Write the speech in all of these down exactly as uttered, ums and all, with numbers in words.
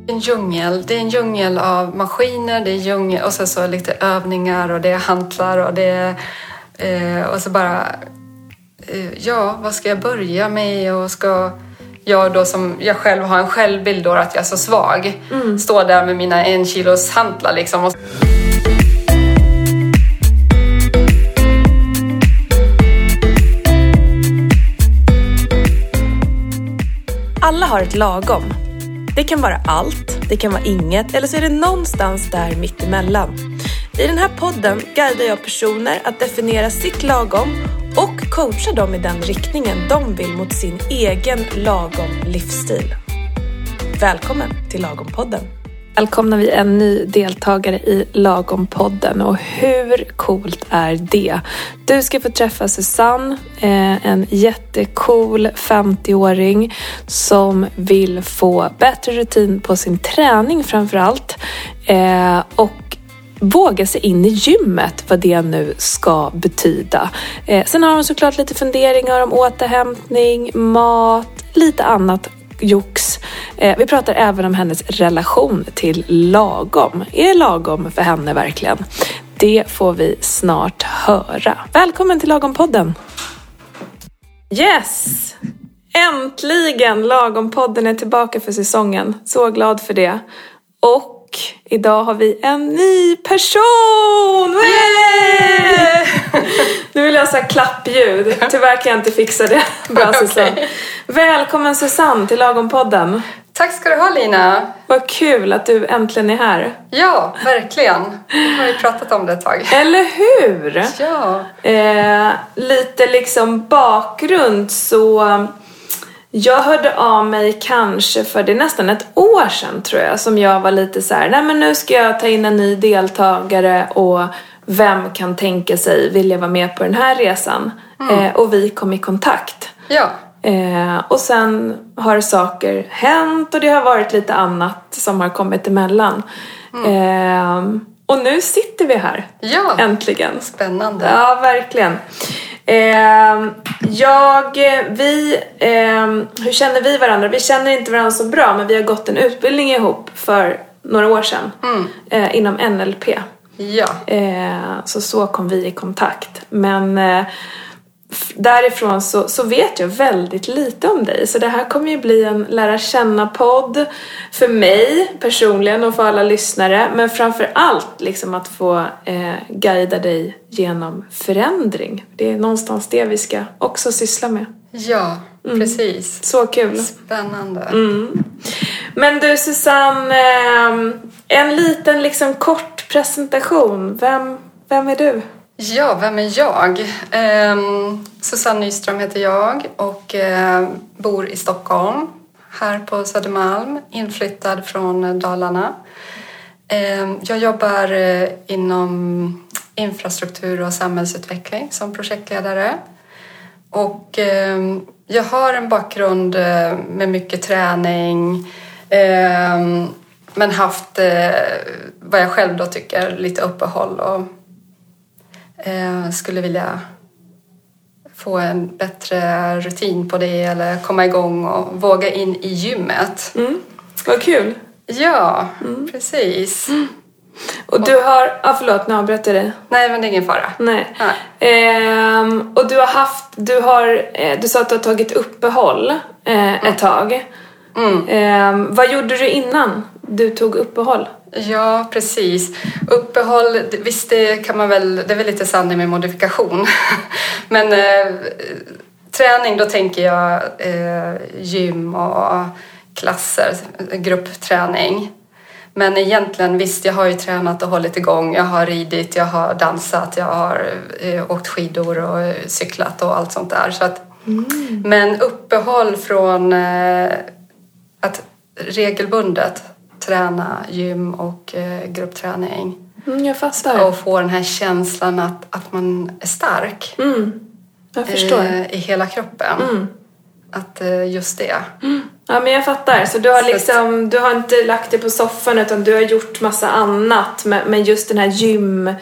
En djungel. Det är en djungel av maskiner, det är djungel och så, så lite övningar och det är hantlar och det är eh, och så bara eh, ja, vad ska jag börja med och ska jag då som jag själv har en självbild då att jag är så svag mm. står där med mina en kilos hantlar liksom och alla har ett lagom. Det kan vara allt, det kan vara inget eller så är det någonstans där mitt emellan. I den här podden guidar jag personer att definiera sitt lagom och coacha dem i den riktningen de vill mot sin egen lagom livsstil. Välkommen till Lagom-podden. Välkomnar vi en ny deltagare i Lagom-podden och hur coolt är det? Du ska få träffa Susanne, en jättecool femtioåring som vill få bättre rutin på sin träning framförallt och våga sig in i gymmet, vad det nu ska betyda. Sen har hon såklart lite funderingar om återhämtning, mat, lite annat jox. Eh, vi pratar även om hennes relation till lagom. Är lagom för henne verkligen? Det får vi snart höra. Välkommen till Lagom-podden. Yes! Äntligen! Lagom-podden är tillbaka för säsongen. Så glad för det. Och idag har vi en ny person! Yeah! Nu vill jag säga klappljud. Tyvärr kan jag inte fixa det. Bra Susanne. Okay. Välkommen Susanne till Lagom-podden. Tack ska du ha Lina. Vad kul att du äntligen är här. Ja, verkligen. Vi har ju pratat om det ett tag. Eller hur? Ja. Eh, lite liksom bakgrund så... Jag hörde av mig kanske för det är nästan ett år sedan tror jag som jag var lite så här, nej men nu ska jag ta in en ny deltagare och vem kan tänka sig vilja vara med på den här resan? Mm. Eh, och vi kom i kontakt. Ja. Eh, och sen har saker hänt och det har varit lite annat som har kommit emellan. Mm. Eh, och nu sitter vi här. Ja. Äntligen. Spännande. Ja, verkligen. Eh, jag, vi, eh, hur känner vi varandra? Vi känner inte varandra så bra, men vi har gått en utbildning ihop för några år sedan mm. eh, inom N L P. Ja. Eh, så så kom vi i kontakt. Men eh, därifrån så, så vet jag väldigt lite om dig. Så det här kommer ju bli en lära känna-podd för mig personligen och för alla lyssnare. Men framför allt liksom att få eh, guida dig genom förändring. Det är någonstans det vi ska också syssla med. Ja, mm. precis. Så kul. Spännande. Mm. Men du Susanne, eh, en liten liksom kort presentation. Vem, vem är du? Ja, vem är jag? Eh, Susanne Nyström heter jag och eh, bor i Stockholm. Här på Södermalm, inflyttad från Dalarna. Eh, jag jobbar eh, inom infrastruktur och samhällsutveckling som projektledare. Och eh, jag har en bakgrund eh, med mycket träning. Eh, men haft eh, vad jag själv då tycker lite uppehåll och eh, skulle vilja få en bättre rutin på det eller komma igång och våga in i gymmet. Mm. Vad kul. Ja, mm. precis. Mm. Och du har... Ja, förlåt, nu avbröt jag dig. Nej, men det är ingen fara. Nej. Nej. Ehm, och du har haft... Du har... Eh, du sa att du har tagit uppehåll eh, mm. ett tag. Mm. Ehm, vad gjorde du innan du tog uppehåll? Ja, precis. Uppehåll, visst det kan man väl... Det är väl lite sanning med modifikation. men eh, träning, då tänker jag eh, gym och klasser, gruppträning. Men egentligen, visst, jag har ju tränat och hållit igång. Jag har ridit, jag har dansat, jag har eh, åkt skidor och cyklat och allt sånt där. Så att, mm. Men uppehåll från eh, att regelbundet träna gym och eh, gruppträning. Mm, jag fattar. Och få den här känslan att, att man är stark. Mm. Jag förstår. Eh, I hela kroppen. Mm. Att eh, just det. Mm. Ja, men jag fattar. Så du har liksom, du har inte lagt dig på soffan utan du har gjort massa annat med, med just den här gym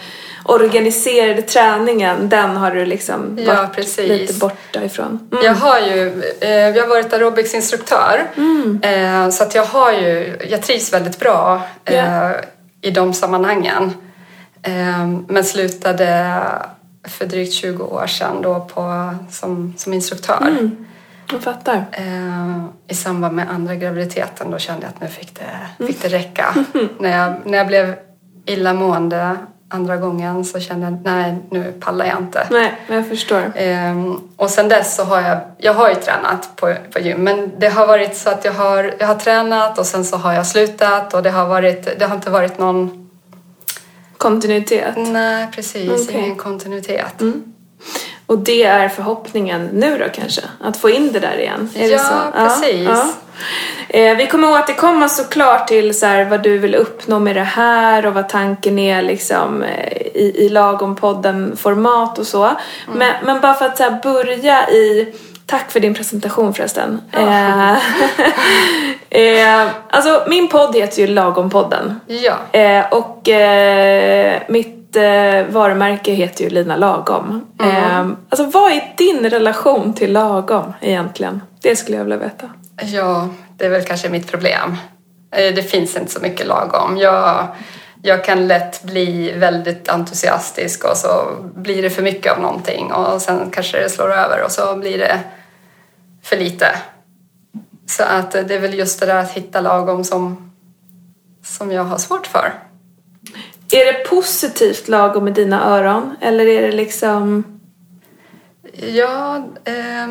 organiserade träningen, den har du liksom ja, varit precis. lite borta ifrån. Mm. Jag har ju eh, jag har varit aerobicsinstruktör mm. eh, så att jag har ju, jag trivs väldigt bra eh, yeah. i de sammanhangen. Eh, men slutade för drygt tjugo år sedan då på, som, som instruktör. Mm. Jag fattar. Eh, I samband med andra graviditeten då kände jag att nu fick det, fick det räcka. Mm. När, jag, när jag blev illamående andra gången så kände jag nej, nu pallar jag inte. Nej, jag förstår. Eh, och sen dess så har jag, jag har ju tränat på, på gym. Men det har varit så att jag har, jag har tränat och sen så har jag slutat. Och det har, varit, det har inte varit någon... kontinuitet? Nej, precis. Okay. Ingen kontinuitet. Mm. Och det är förhoppningen nu då kanske? Att få in det där igen? Är ja, det så? precis. Ja, ja. Eh, vi kommer återkomma såklart till så här, vad du vill uppnå med det här och vad tanken är liksom, eh, i, i lagom podden format och så. Mm. Men, men bara för att så här, börja i... Tack för din presentation förresten. Ja. eh, alltså min podd heter ju Lagom podden. Ja. Eh, och eh, mitt eh, varumärke heter ju Lina Lagom. Mm. Eh, alltså vad är din relation till lagom egentligen? Det skulle jag vilja veta. Ja, det är väl kanske mitt problem. Eh, det finns inte så mycket lagom. Jag, jag kan lätt bli väldigt entusiastisk och så blir det för mycket av någonting och sen kanske det slår över och så blir det för lite. Så att det är väl just det där att hitta lagom som, som jag har svårt för. Är det positivt lagom med dina öron? Eller är det liksom... Ja, eh,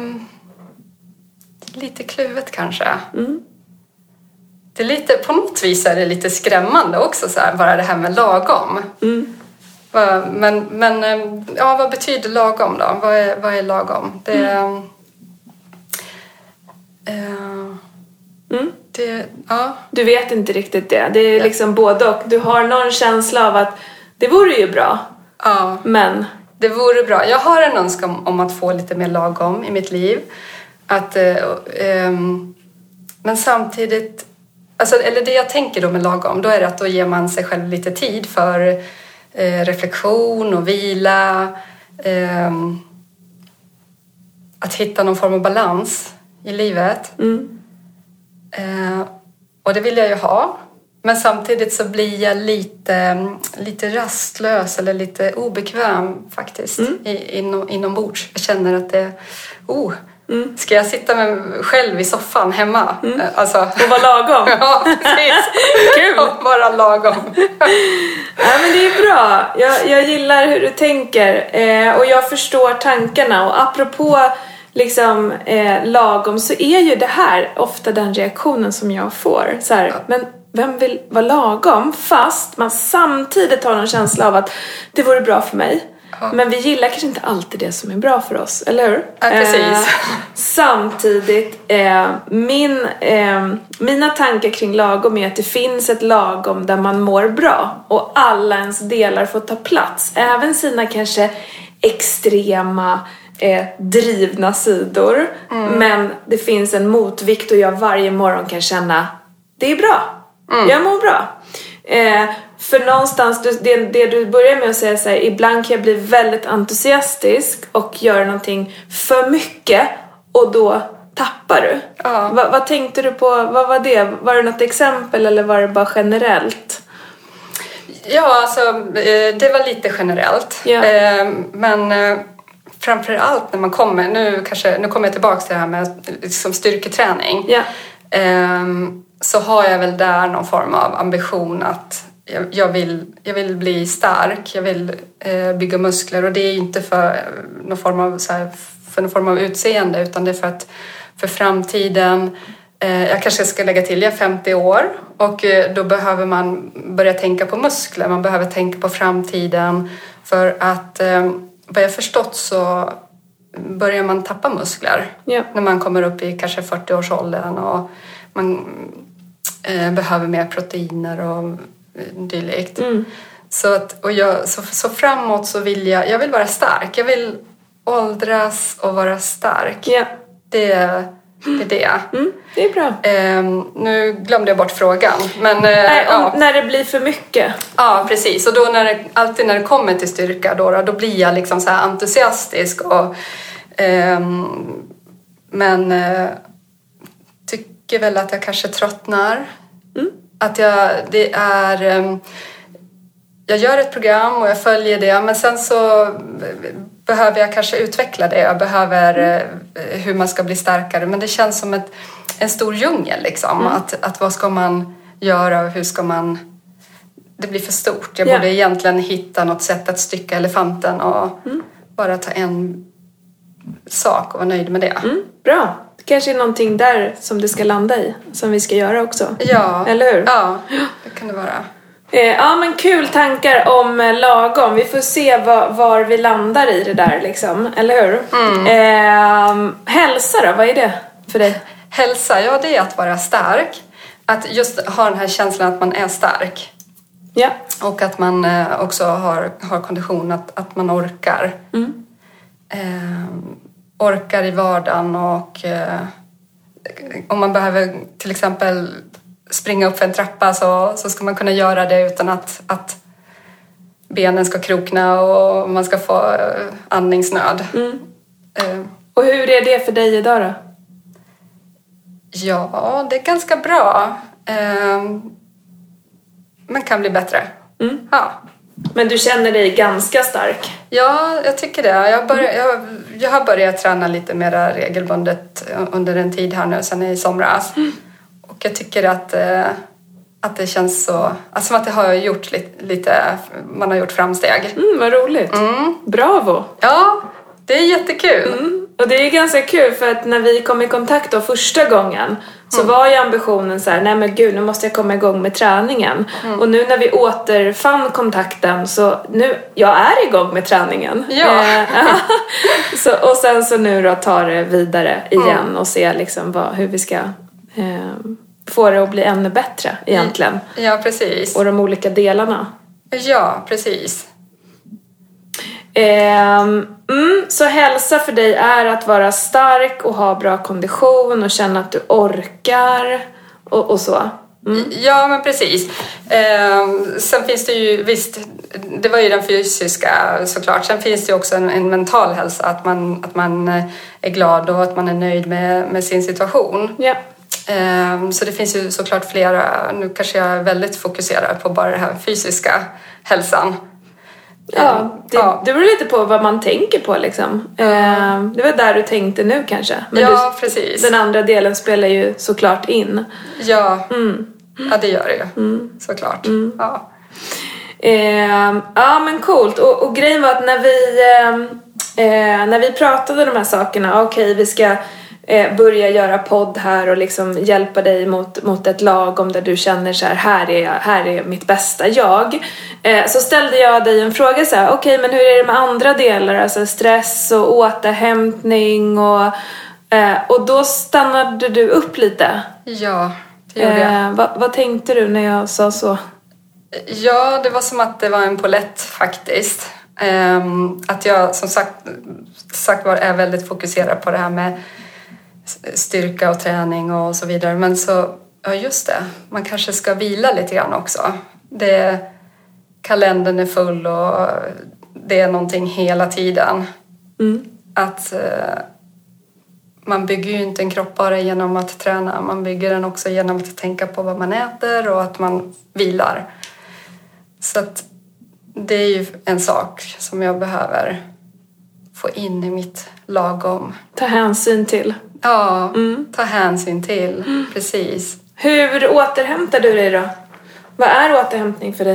lite kluvet kanske. Mm. Det är lite, på något vis är det lite skrämmande också så här, bara det här med lagom. Mm. Men, men ja, vad betyder lagom då? Vad är, vad är lagom? Det, mm. eh, mm. det, ja. Du vet inte riktigt det. Det är ja. liksom både och. Du har någon känsla av att det vore ju bra. Ja. Men... Det vore bra. Jag har en önskan om att få lite mer lagom i mitt liv. Att, eh, eh, men samtidigt... Alltså, eller det jag tänker då med lagom, då är det att då ger man sig själv lite tid för eh, reflektion och vila. Eh, att hitta någon form av balans i livet. Mm. Eh, och det vill jag ju ha. Men samtidigt så blir jag lite, lite rastlös eller lite obekväm faktiskt mm. i, inom, inombords. Jag känner att det... Oh, mm. Ska jag sitta med mig själv i soffan hemma? Mm. Alltså, och vara lagom. Ja, precis. Kul. Och vara lagom. Ja, men det är bra. Jag, jag gillar hur du tänker. Eh, och jag förstår tankarna. Och apropå liksom, eh, lagom så är ju det här ofta den reaktionen som jag får. Så här, ja. Men vem vill vara lagom? Fast man samtidigt har en känsla av att det vore bra för mig. Ja. Men vi gillar kanske inte alltid det som är bra för oss, eller hur? Ja, precis. Eh, samtidigt, eh, min, eh, mina tankar kring lagom är att det finns ett lagom där man mår bra. Och alla ens delar får ta plats. Även sina kanske extrema, eh, drivna sidor. Mm. Men det finns en motvikt och jag varje morgon kan känna det är bra. Mm. Jag mår bra. Eh, för någonstans, det, det du börjar med att säga så här, ibland kan jag bli väldigt entusiastisk och göra någonting för mycket och då tappar du. Ja. Va, vad tänkte du på? Vad var det? Var det något exempel eller var det bara generellt? Ja, alltså det var lite generellt. Ja. Eh, men framför allt när man kommer, nu, kanske, nu kommer jag tillbaka till det här med liksom styrketräning. Ja. Eh, så har jag väl där någon form av ambition att jag, jag, vill, jag vill bli stark, jag vill eh, bygga muskler och det är inte för någon form av, så här, för någon form av utseende utan det är för att för framtiden, eh, jag kanske ska lägga till, jag är femtio år och eh, då behöver man börja tänka på muskler, man behöver tänka på framtiden för att eh, vad jag förstått så börjar man tappa muskler yeah. när man kommer upp i kanske fyrtio-årsåldern och man eh, behöver mer proteiner och eh, dylikt. Mm. Så, att, och jag, så, så framåt så vill jag, jag vill vara stark. Jag vill åldras och vara stark. Yeah. Det, i det. Mm, det är bra. Eh, nu glömde jag bort frågan. Men, eh, Nej, om, ja. När det blir för mycket. Ja, precis. Och då när det, alltid när det kommer till styrka då, då, då blir jag liksom så här entusiastisk. Och, eh, men eh, tycker väl att jag kanske tröttnar. Mm. Att jag, det är... Eh, jag gör ett program och jag följer det, men sen så behöver jag kanske utveckla det. Jag behöver eh, hur man ska bli starkare. Men det känns som ett, en stor djungel liksom. Mm. Att, att vad ska man göra och hur ska man... Det blir för stort. Jag yeah. borde egentligen hitta något sätt att stycka elefanten och mm. bara ta en sak och vara nöjd med det. Mm. Bra. Det kanske är någonting där som det ska landa i. Som vi ska göra också. Ja. Eller hur? Ja, det kan det vara. Ja, men kul tankar om lagom. Vi får se var, var vi landar i det där liksom. Eller hur? Mm. Eh, hälsa då, vad är det för dig? Hälsa, ja det är att vara stark. Att just ha den här känslan att man är stark. Ja. Och att man också har, har kondition, att, att man orkar. Mm. Eh, orkar i vardagen och eh, om man behöver till exempel springa upp för en trappa så, så ska man kunna göra det utan att, att benen ska krokna och man ska få andningsnöd. Mm. Eh. Och hur är det för dig idag då? Ja, det är ganska bra. Eh, men kan bli bättre. Mm. Ja. Men du känner dig ganska stark? Ja, jag tycker det. Jag, börjar, jag, jag har börjat träna lite mer regelbundet under en tid här nu, sen i somras. Mm. Och jag tycker att, eh, att det känns så... Alltså som att det har gjort lite, lite... Man har gjort framsteg. Mm, vad roligt. Mm. Bravo. Ja, det är jättekul. Mm. Och det är ganska kul för att när vi kom i kontakt då första gången så mm. var ju ambitionen så här: nej men gud, nu måste jag komma igång med träningen. Mm. Och nu när vi återfann kontakten så nu, jag är igång med träningen. Ja. Eh, så, och sen så nu då tar det vidare igen mm. och se liksom vad, hur vi ska eh, få det att bli ännu bättre egentligen. Ja, precis. Och de olika delarna. Ja, precis. Eh, mm, så hälsa för dig är att vara stark och ha bra kondition och känna att du orkar och, och så. Mm. Ja, men precis. Eh, sen finns det ju, visst, det var ju den fysiska såklart. Sen finns det ju också en, en mental hälsa, att man, att man är glad och att man är nöjd med, med sin situation. Ja. Eh, så det finns ju såklart flera, nu kanske jag är väldigt fokuserad på bara den här fysiska hälsan. Ja, det, ja. det beror lite på vad man tänker på liksom. Mm. Det var där du tänkte nu kanske. Men ja, du, precis. Den andra delen spelar ju såklart in. Ja, mm. ja det gör det ju. Mm. Såklart. Mm. Ja. Eh, ja, men coolt. Och, och grejen var att när vi, eh, när vi pratade de här sakerna, okej, okay, vi ska eh, börja göra podd här och liksom hjälpa dig mot, mot ett lagom där du känner så här, här är, jag, här är mitt bästa jag. Eh, så ställde jag dig en fråga så här, okej, okay, men hur är det med andra delar? Alltså stress och återhämtning och, eh, och då stannade du upp lite. Ja, det gjorde jag. Eh, vad, vad tänkte du när jag sa så? Ja, det var som att det var en polett faktiskt. Um, att jag som sagt, sagt var är väldigt fokuserad på det här med styrka och träning och så vidare. Men så, ja just det, man kanske ska vila lite grann också. Det, kalendern är full och det är någonting hela tiden. Mm. Att uh, man bygger ju inte en kropp bara genom att träna. Man bygger den också genom att tänka på vad man äter och att man vilar. Så att det är ju en sak som jag behöver få in i mitt lagom. Ta hänsyn till. Ja, mm. ta hänsyn till. Mm. Precis. Hur återhämtar du dig då? Vad är återhämtning för dig?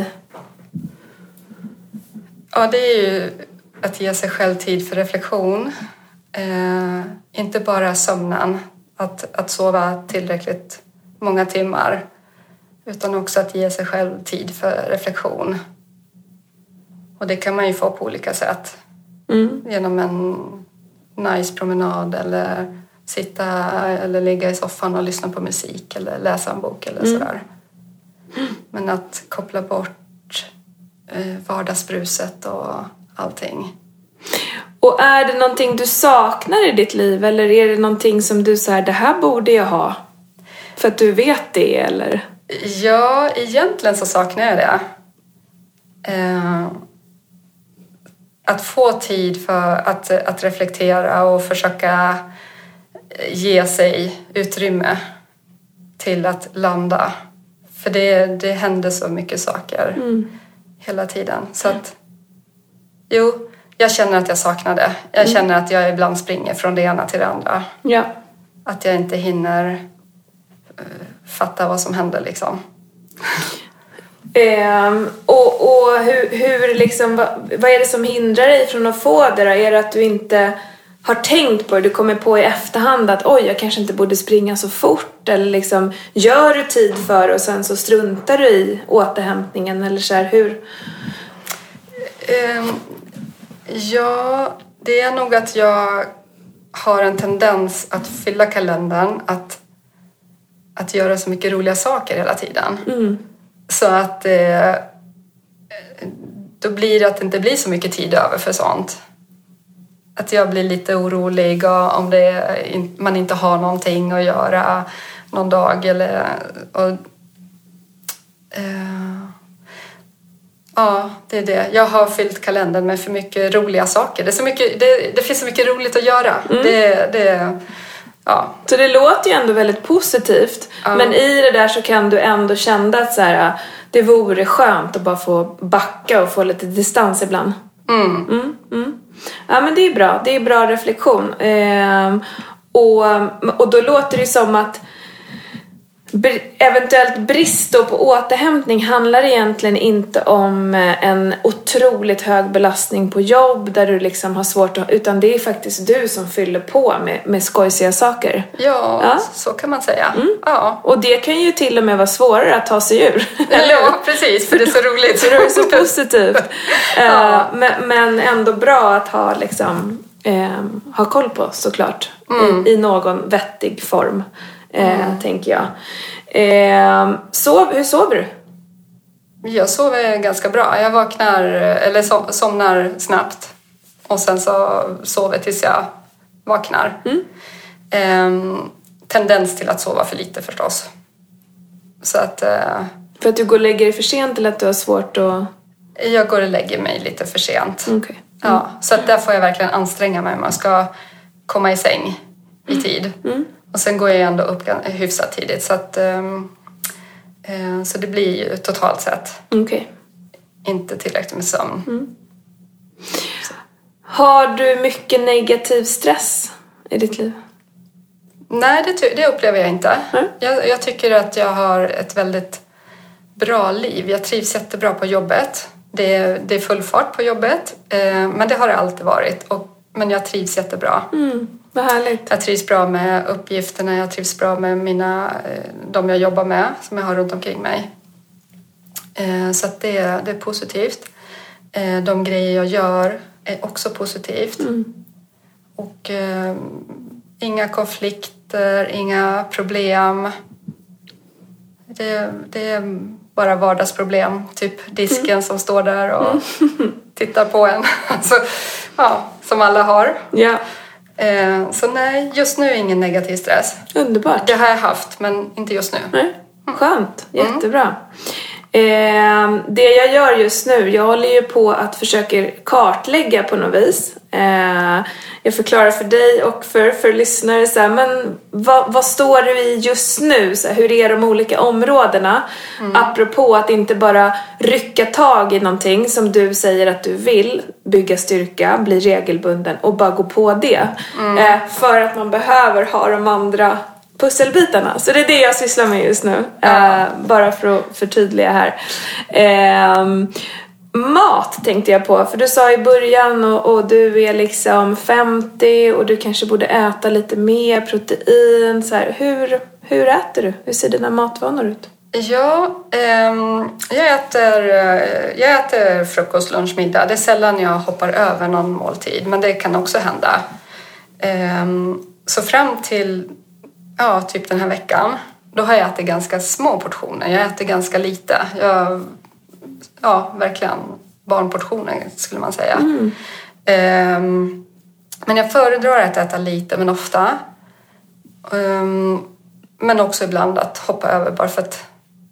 Ja, det är ju att ge sig själv tid för reflektion. Eh, inte bara sömnen. Att, att sova tillräckligt många timmar. Utan också att ge sig själv tid för reflektion. Och det kan man ju få på olika sätt. Mm. Genom en nice promenad eller sitta eller ligga i soffan och lyssna på musik eller läsa en bok eller mm. sådär. Men att koppla bort eh, vardagsbruset och allting. Och är det någonting du saknar i ditt liv? Eller är det någonting som du säger, det här borde jag ha? För att du vet det, eller? Ja, egentligen så saknar jag det. Eh, att få tid för att, att reflektera och försöka ge sig utrymme till att landa. För det, det händer så mycket saker mm. hela tiden. Så att, jo, jag känner att jag saknar det. Jag mm. känner att jag ibland springer från det ena till det andra. Ja. Att jag inte hinner uh, fatta vad som händer liksom. Um, och och hur, hur liksom, vad, vad är det som hindrar dig från att få det då? Är det att du inte har tänkt på det? Du kommer på i efterhand att oj, jag kanske inte borde springa så fort. Eller liksom, gör du tid för och sen så struntar du i återhämtningen? Eller så här, hur? Um, ja, det är nog att jag har en tendens att fylla kalendern. Att, att göra så mycket roliga saker hela tiden. Mm. Så att eh, då blir det att det inte blir så mycket tid över för sånt. Att jag blir lite orolig om det, man inte har någonting att göra någon dag. Eller, och, eh, ja, det är det. Jag har fyllt kalendern med för mycket roliga saker. Det, är så mycket, det, det finns så mycket roligt att göra. Mm. Det, det, ja. Så det låter ju ändå väldigt positivt. Ja. Men i det där så kan du ändå känna att så här, det vore skönt att bara få backa och få lite distans ibland. Mm. Mm, mm. Ja, men det är bra. Det är bra reflektion. Ehm, och, och då låter det som att eventuellt brist då på återhämtning handlar egentligen inte om en otroligt hög belastning på jobb där du liksom har svårt att, utan det är faktiskt du som fyller på med, med skojsiga saker. Ja, ja, så kan man säga. Mm. Ja. Och det kan ju till och med vara svårare att ta sig ur. Ja, precis, för det är så roligt. För det är så positivt. Ja. uh, men, men ändå bra att ha liksom uh, ha koll på, såklart. Mm. I, I någon vettig form. Mm. Eh, tänker jag. Eh, sov, hur sover du? Jag sover ganska bra. Jag vaknar, eller som, somnar snabbt. Och sen så sover tills jag vaknar. Mm. Eh, tendens till att sova för lite förstås. Så att... Eh, för att du går och lägger dig för sent eller att du har svårt att... Jag går och lägger mig lite för sent. Okay. Mm. Ja, så att där får jag verkligen anstränga mig. Man ska komma i säng i tid. Mm. Och sen går jag ändå upp hyfsat tidigt. Så, att, um, uh, så det blir ju totalt sett okay. inte tillräckligt med sömn. Mm. Har du mycket negativ stress i ditt liv? Nej, det, det upplever jag inte. Mm. Jag, jag tycker att jag har ett väldigt bra liv. Jag trivs jättebra på jobbet. Det är, det är full fart på jobbet. Uh, men det har det alltid varit. Och, men jag trivs jättebra. Mm. Vad härligt. Jag trivs bra med uppgifterna, jag trivs bra med mina, de jag jobbar med, som jag har runt omkring mig. Så att det, det är positivt. De grejer jag gör är också positivt. Mm. Och eh, inga konflikter, inga problem. Det, det är bara vardagsproblem. Typ disken mm. som står där och mm. tittar på en. Alltså, ja, som alla har. Ja. Eh, så nej, just nu är ingen negativ stress. Underbart. Det har jag haft, men inte just nu. Nej. Skönt, jättebra. Mm. Eh, det jag gör just nu, jag håller ju på att försöka kartlägga på något vis. Eh, jag förklarar för dig och för, för lyssnare så här, men vad, vad står du i just nu? Så här, hur är de olika områdena? Mm. Apropå att inte bara rycka tag i någonting som du säger att du vill bygga styrka, bli regelbunden och bara gå på det. Mm. Eh, för att man behöver ha de andra pusselbitarna. Så det är det jag sysslar med just nu. Ja. Eh, bara för att förtydliga här. Eh, mat tänkte jag på. För du sa i början och, och du är liksom femtio och du kanske borde äta lite mer protein. Så här, hur, hur äter du? Hur ser dina matvanor ut? Ja, ehm, jag, äter, jag äter frukost, lunch, middag. Det är sällan jag hoppar över någon måltid. Men det kan också hända. Ehm, så fram till ja, typ den här veckan, då har jag ätit ganska små portioner. Jag äter ganska lite. Jag, ja, verkligen barnportioner skulle man säga. Mm. Ehm, Men jag föredrar att äta lite men ofta. Um, men också ibland att hoppa över bara för att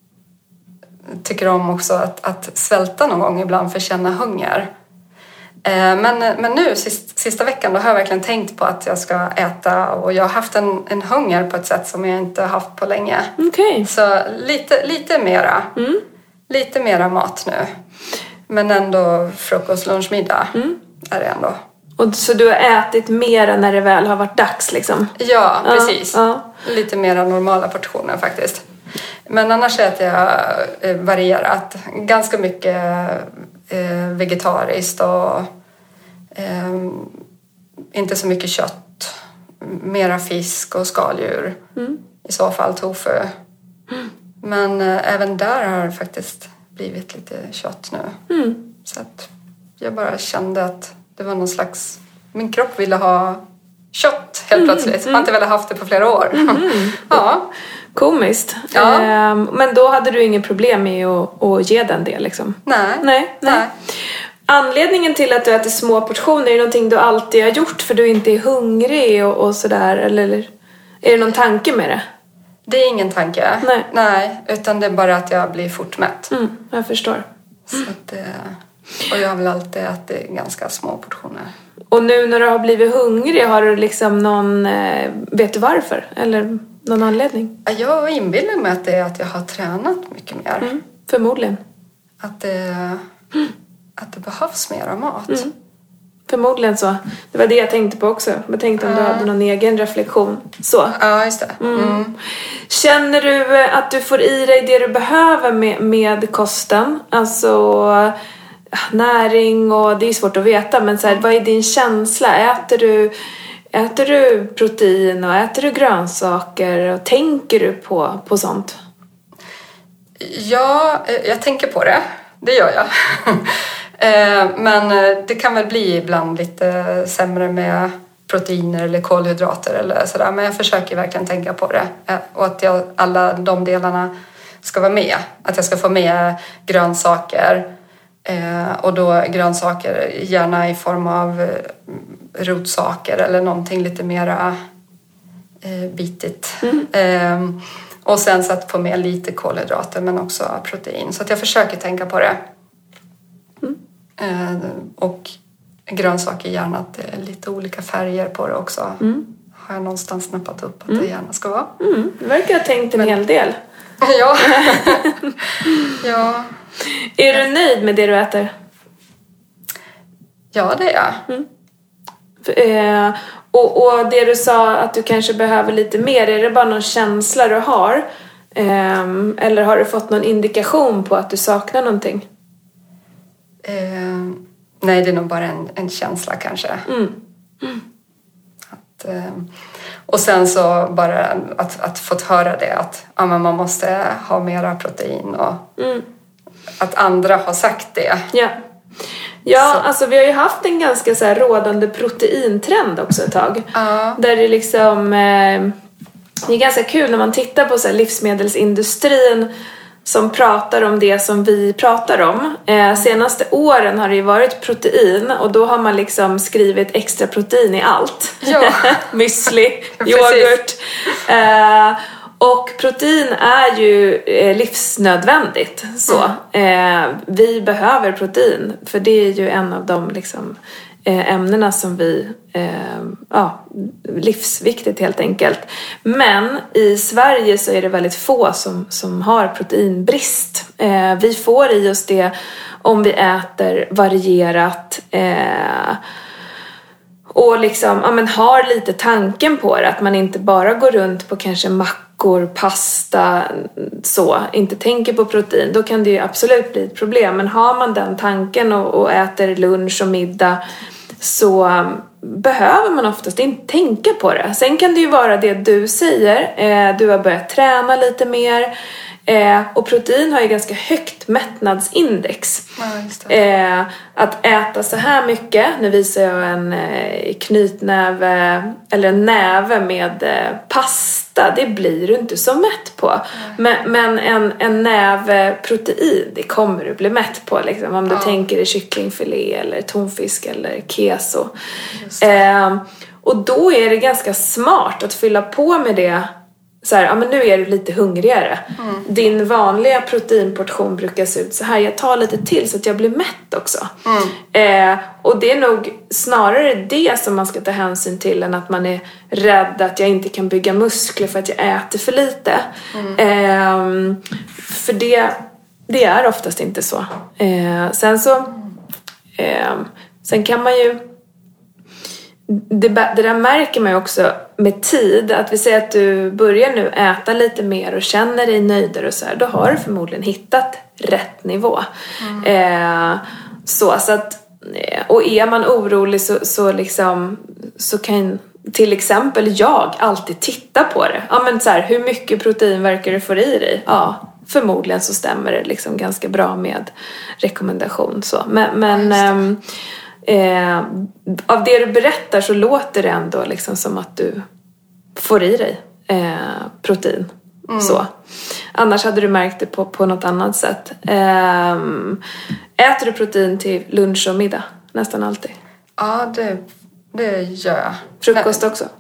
jag tycker om också att, att svälta någon gång ibland för att känna hunger. Uh, men, men nu sist, sista veckan då har jag verkligen tänkt på att jag ska äta och jag har haft en, en hunger på ett sätt som jag inte har haft på länge. Okay. Så lite, lite mera. Mm. Lite mera mat nu. Men ändå frukost, lunch, middag mm. är det ändå. Och så du har ätit mera när det väl har varit dags liksom? Ja, precis. Ja, ja. Lite mera normala portioner faktiskt. Men annars äter jag eh, varierat. Ganska mycket eh, vegetariskt och eh, inte så mycket kött. Mera fisk och skaldjur. Mm. I så fall tofu. Mm. Men eh, även där har det faktiskt blivit lite kött nu. Mm. Så att jag bara kände att det var någon slags... Min kropp ville ha kött helt mm, plötsligt. Mm. Jag har inte velat haft det på flera år. Mm. Ja. Komiskt. Ja. Ehm, men då hade du ingen problem med att, att ge den det liksom? Nej. Nej, nej. nej. Anledningen till att du äter små portioner är någonting du alltid har gjort för du inte är hungrig och, och sådär? Eller är det någon tanke med det? Det är ingen tanke. Nej. Nej, utan det är bara att jag blir fort mätt. Mm, jag förstår. Så att, och jag har väl alltid ätit ganska små portioner. Och nu när du har blivit hungrig, har du liksom någon... Vet du varför? Eller någon anledning? Jag inbillar mig att det är att jag har tränat mycket mer. Mm, förmodligen. Att det, mm. att det behövs mera mat. Mm. Förmodligen så. Det var det jag tänkte på också. Jag tänkte om ja. du hade någon egen reflektion. Så. Ja, just det. Mm. Mm. Känner du att du får i dig det du behöver med, med kosten? Alltså näring och det är svårt att veta. Men så här, vad är din känsla? Äter du, äter du protein och äter du grönsaker? Och tänker du på, på sånt? Ja, jag tänker på det. Det gör jag. Men det kan väl bli ibland lite sämre med proteiner eller kolhydrater eller sådär. Men jag försöker verkligen tänka på det. Och att jag, alla de delarna ska vara med. Att jag ska få med grönsaker. Och då grönsaker gärna i form av rotsaker eller någonting lite mera bitigt. Mm. Och sen så att få med lite kolhydrater men också protein. Så att jag försöker tänka på det. Mm. Och grönsaker gärna att det är lite olika färger på det också. Mm. Har jag någonstans snappat upp att mm. det gärna ska vara. Mm. Du verkar ha tänkt en men... hel del. Ja. ja. Är du nöjd med det du äter? Ja, det är jag. Mm. Eh, och, och det du sa att du kanske behöver lite mer, är det bara någon känsla du har? Eh, eller har du fått någon indikation på att du saknar någonting? Eh, nej, det är nog bara en, en känsla kanske. Mm. Mm. Att, eh, och sen så bara att, att få höra det att ja, men man måste ha mera protein och mm. att andra har sagt det. Ja. Ja, så. Alltså vi har ju haft en ganska så här rådande proteintrend också ett tag. Ja. Där det liksom eh, det är ganska kul när man tittar på så här livsmedelsindustrin som pratar om det som vi pratar om. Eh, senaste åren har det ju varit protein och då har man liksom skrivit extra protein i allt. Ja. Müsli, yoghurt. Eh, och protein är ju eh, livsnödvändigt. Så. Mm. Eh, vi behöver protein för det är ju en av de liksom, eh, ämnena som vi... Eh, ja, livsviktigt helt enkelt. Men i Sverige så är det väldigt få som, som har proteinbrist. Eh, vi får i oss det om vi äter varierat eh, och liksom, ja, men har lite tanken på det. Att man inte bara går runt på kanske mackor, pasta, så. Inte tänker på protein. Då kan det ju absolut bli ett problem. Men har man den tanken och, och äter lunch och middag så um, behöver man oftast inte tänka på det. Sen kan det ju vara det du säger. Eh, du har börjat träna lite mer. Eh, och protein har ju ganska högt mättnadsindex. Ja, just det. Eh, att äta så här mycket, nu visar jag en eh, knytnäve eller en näve med eh, pasta, det blir du inte så mätt på. Mm. Men, men en, en näve protein, det kommer du bli mätt på liksom, om du ja. tänker i kycklingfilé eller tonfisk eller keso. Eh, och då är det ganska smart att fylla på med det. Så här, ja men nu är du lite hungrigare. Mm. Din vanliga proteinportion brukar se ut så här. Jag tar lite till så att jag blir mätt också. Mm. Eh, och det är nog snarare det som man ska ta hänsyn till än att man är rädd att jag inte kan bygga muskler för att jag äter för lite. Mm. Eh, för det, det är oftast inte så. Eh, sen så eh, sen kan man ju Det, det där märker man ju också med tid. Att vi säger att du börjar nu äta lite mer och känner dig nöjdare och så här, då har du förmodligen hittat rätt nivå. Mm. Eh, så, så att, och är man orolig så, så, liksom, så kan till exempel jag alltid titta på det. Ja, men så här, hur mycket protein verkar du få i dig? Ja, förmodligen så stämmer det liksom ganska bra med rekommendation. Så. Men... men ehm, Eh, av det du berättar så låter det ändå liksom som att du får i dig eh, protein. Mm. Så. Annars hade du märkt det på, på något annat sätt. Eh, äter du protein till lunch och middag? Nästan alltid. Ja, det, det gör jag. Frukost Nej. också?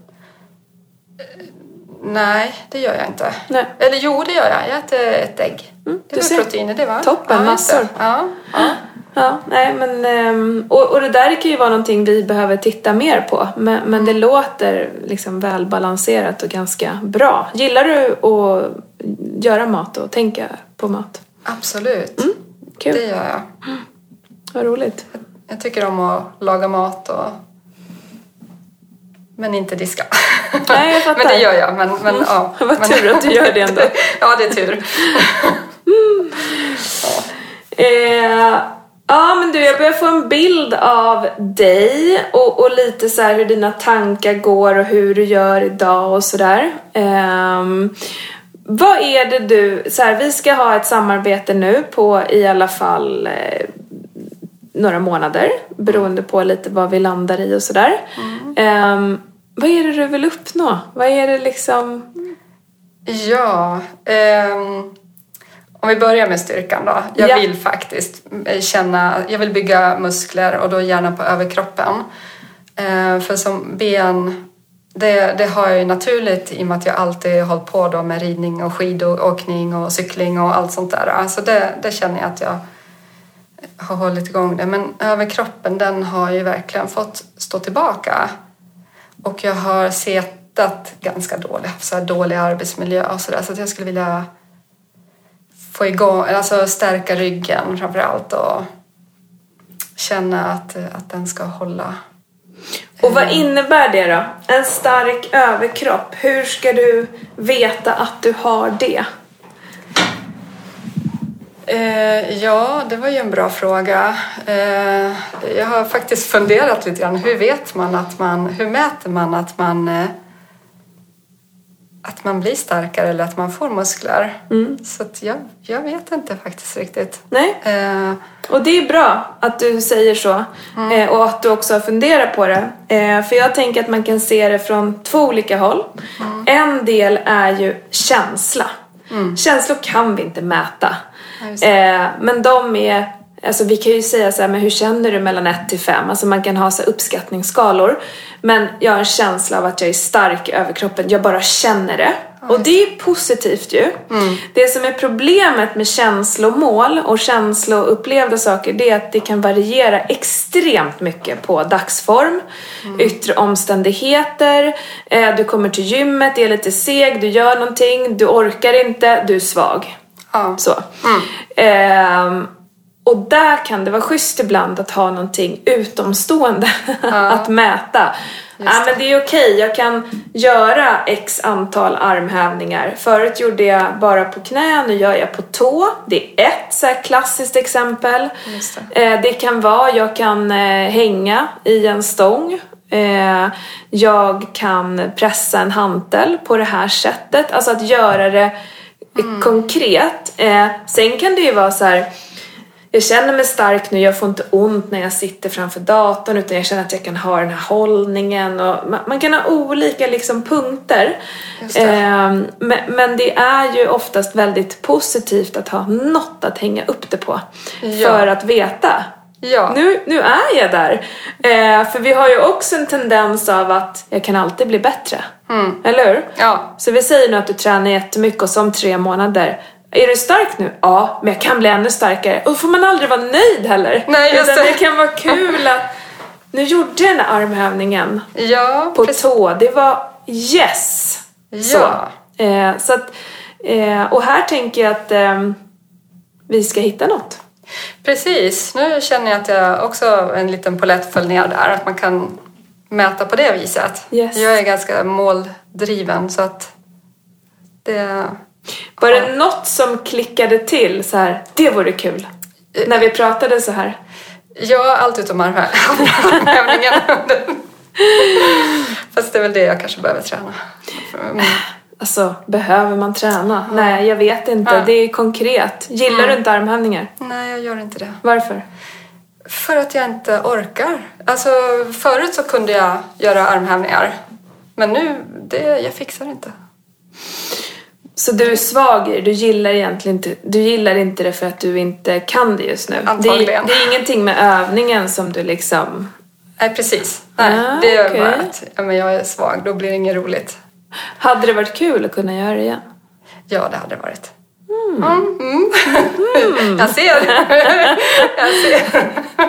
Nej, det gör jag inte. Nej. Eller jo, det gör jag. Jag äter ett ägg. Mm, det är protein i det, va? Toppen, ja, massor. Ja, ja. Ja, nej men och, och det där kan ju vara någonting vi behöver titta mer på, men, men det låter liksom välbalanserat och ganska bra. Gillar du att göra mat och tänka på mat? Absolut. Mm, kul. Det gör jag. Mm. Vad roligt. Jag, jag tycker om att laga mat och men inte diska. Nej, jag fattar. Men det gör jag. Men, men, mm. ja. Vad men, tur att du gör det ändå. Ja, det är tur. mm. ja. Eh, Ja, men du, jag börjar få en bild av dig och, och lite så här hur dina tankar går och hur du gör idag och sådär. Um, vad är det du, så här, vi ska ha ett samarbete nu på i alla fall eh, några månader, beroende på lite vad vi landar i och sådär. Mm. Um, vad är det du vill uppnå? Vad är det liksom? Ja, um... om vi börjar med styrkan då. Jag ja. vill faktiskt känna, jag vill bygga muskler och då gärna på överkroppen. Eh, för som ben, det, det har jag ju naturligt i och med att jag alltid hållit på då med ridning och skidåkning och cykling och allt sånt där. Alltså det, det känner jag att jag har hållit igång det. Men överkroppen, den har ju verkligen fått stå tillbaka. Och jag har setat ganska dåligt, så här dålig arbetsmiljö och sådär. Så att jag skulle vilja få igång, alltså stärka ryggen framförallt och känna att, att den ska hålla. Och vad innebär det då? En stark överkropp. Hur ska du veta att du har det? Eh, ja, det var ju en bra fråga. Eh, jag har faktiskt funderat lite grann. Hur vet man att man, hur mäter man att man eh, att man blir starkare eller att man får muskler. Mm. Så att jag, jag vet inte faktiskt riktigt. Nej. Eh. Och det är bra att du säger så. Mm. Eh, och att du också har funderat på det. Eh, för jag tänker att man kan se det från två olika håll. Mm. En del är ju känsla. Mm. Känslor kan vi inte mäta. Ja, eh, men de är... Alltså vi kan ju säga så här, men hur känner du mellan ett till fem? Alltså man kan ha så uppskattningsskalor. Men jag har en känsla av att jag är stark i överkroppen. Jag bara känner det. Och det är positivt ju. Mm. Det som är problemet med känslomål och känsloupplevda saker, det är att det kan variera extremt mycket på dagsform, mm. yttre omständigheter. Du kommer till gymmet, det är lite seg, du gör någonting, du orkar inte, du är svag. Ja. Så. Mm. Ehm, Och där kan det vara schysst ibland att ha någonting utomstående ja. att mäta. Ja, men det är okej, jag kan göra x antal armhävningar. Förut gjorde jag bara på knä, nu gör jag på tå. Det är ett så här klassiskt exempel. Just det. det kan vara, jag kan hänga i en stång. Jag kan pressa en hantel på det här sättet. Alltså att göra det mm. konkret. Eh, sen kan det ju vara så här, jag känner mig stark nu, jag får inte ont när jag sitter framför datorn, utan jag känner att jag kan ha den här hållningen. Och man, man kan ha olika liksom punkter. Just det. Eh, men, men det är ju oftast väldigt positivt att ha något att hänga upp det på. Ja. För att veta. Ja. Nu, nu är jag där. Eh, för vi har ju också en tendens av att jag kan alltid bli bättre. Mm. Eller hur? Ja. Så vi säger nu att du tränar jättemycket och som tre månader. Är du stark nu? Ja, men jag kan bli ännu starkare. Och då får man aldrig vara nöjd heller. Nej, just det. det kan vara kul att... Nu gjorde jag den här armhävningen. Ja, på precis. tå. Det var yes. Ja. Så, eh, så att, eh, och här tänker jag att eh, vi ska hitta något. Precis. Nu känner jag att jag också en liten polett föll ner där. Att man kan mäta på det viset. Yes. Jag är ganska måldriven så att det... Var det ja. något som klickade till så här, det vore kul, när vi pratade så här? Ja, allt utom armhävningen. Fast det är väl det jag kanske behöver träna. Mm. Alltså, behöver man träna? Ja. Nej, jag vet inte. Ja. Det är konkret. Gillar mm. du inte armhävningar? Nej, jag gör inte det. Varför? För att jag inte orkar. Alltså, förut så kunde jag göra armhävningar. Men nu, det, jag fixar inte. Så du är svag i det. Du gillar egentligen inte, du gillar inte det för att du inte kan det just nu. Antagligen. Det, det är ingenting med övningen som du liksom... Nej, precis. Nej, ah, det är okay. bara att ja, men jag är svag. Då blir det inget roligt. Hade det varit kul att kunna göra det igen? Ja, det hade varit. Mm. Mm. Mm. Mm. Jag ser. jag ser.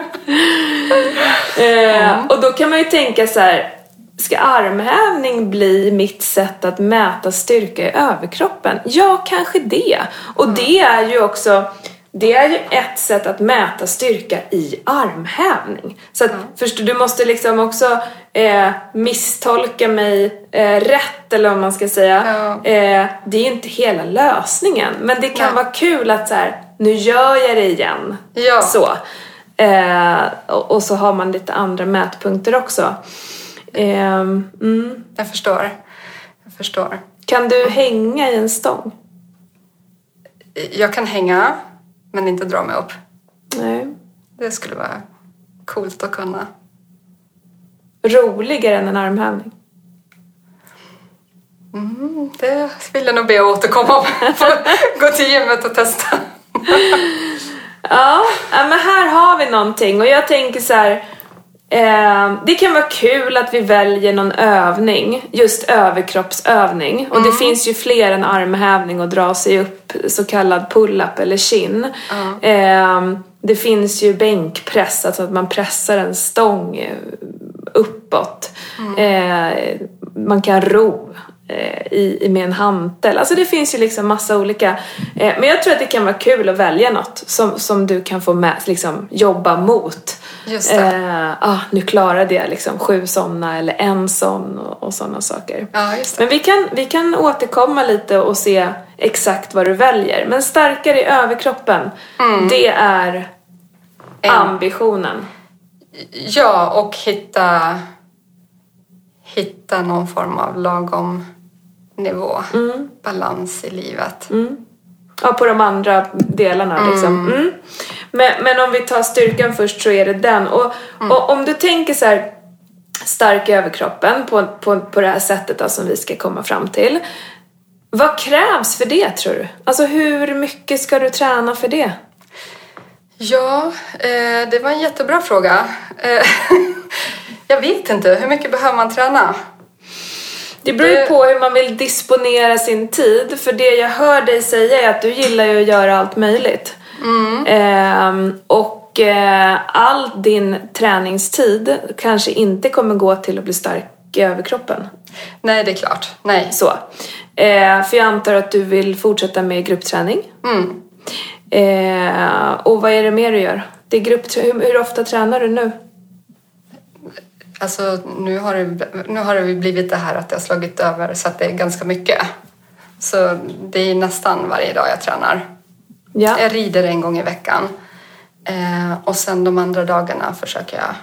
eh, och då kan man ju tänka så här... Ska armhävning bli mitt sätt att mäta styrka i överkroppen? Ja, kanske det. Och mm. det är ju också... Det är ju ett sätt att mäta styrka i armhävning. Så att, mm. först, du måste liksom också eh, misstolka mig eh, rätt, eller vad man ska säga. Mm. Eh, det är ju inte hela lösningen. Men det kan Nej. vara kul att så här, nu gör jag det igen. Ja. Så. Eh, och, och så har man lite andra mätpunkter också. Eh, mm. Jag förstår. Jag förstår. Kan du hänga i en stång? Jag kan hänga, men inte dra mig upp. Nej. Det skulle vara coolt att kunna. Roligare än en armhävning? Mm, det vill jag nog be att återkomma om. Gå till gymmet och testa. Ja, men här har vi någonting. Och jag tänker så här... Eh, det kan vara kul att vi väljer någon övning, just överkroppsövning. Och mm. det finns ju fler än armhävning och dra sig upp, så kallad pull-up eller chin. Mm. Eh, det finns ju bänkpress, alltså att man pressar en stång uppåt. Mm. Eh, man kan ro eh, i, med en hantel. Alltså det finns ju liksom massa olika. Eh, men jag tror att det kan vara kul att välja något som, som du kan få med, liksom, jobba mot. Just det. Eh, ah, nu klarade jag liksom sju sådana eller en sån och, och sådana saker. Ja, just det. Men vi kan, vi kan återkomma lite och se exakt vad du väljer. Men starkare i överkroppen, mm. det är en. ambitionen. Ja, och hitta, hitta någon form av lagom nivå. Mm. Balans i livet. Mm. Ja, på de andra delarna mm. liksom. Mm. Men, men om vi tar styrkan först, så är det den. Och, mm. och om du tänker så här, stark i överkroppen på, på, på det här sättet då, som vi ska komma fram till. Vad krävs för det, tror du? Alltså hur mycket ska du träna för det? Ja, eh, det var en jättebra fråga. Eh, jag vet inte, hur mycket behöver man träna? Det beror ju på hur man vill disponera sin tid. För det jag hör dig säga är att du gillar ju att göra allt möjligt. Mm. Eh, och eh, all din träningstid kanske inte kommer gå till att bli stark i överkroppen. Nej, det är klart. Nej. Så. Eh, för jag antar att du vill fortsätta med gruppträning. Mm. Eh, och vad är det mer du gör? Det är gruppträ- hur, hur ofta tränar du nu? Alltså nu har, det, nu har det blivit det här att jag har slagit över så att det är ganska mycket. Så det är nästan varje dag jag tränar. Ja. Jag rider en gång i veckan. Eh, och sen de andra dagarna försöker jag,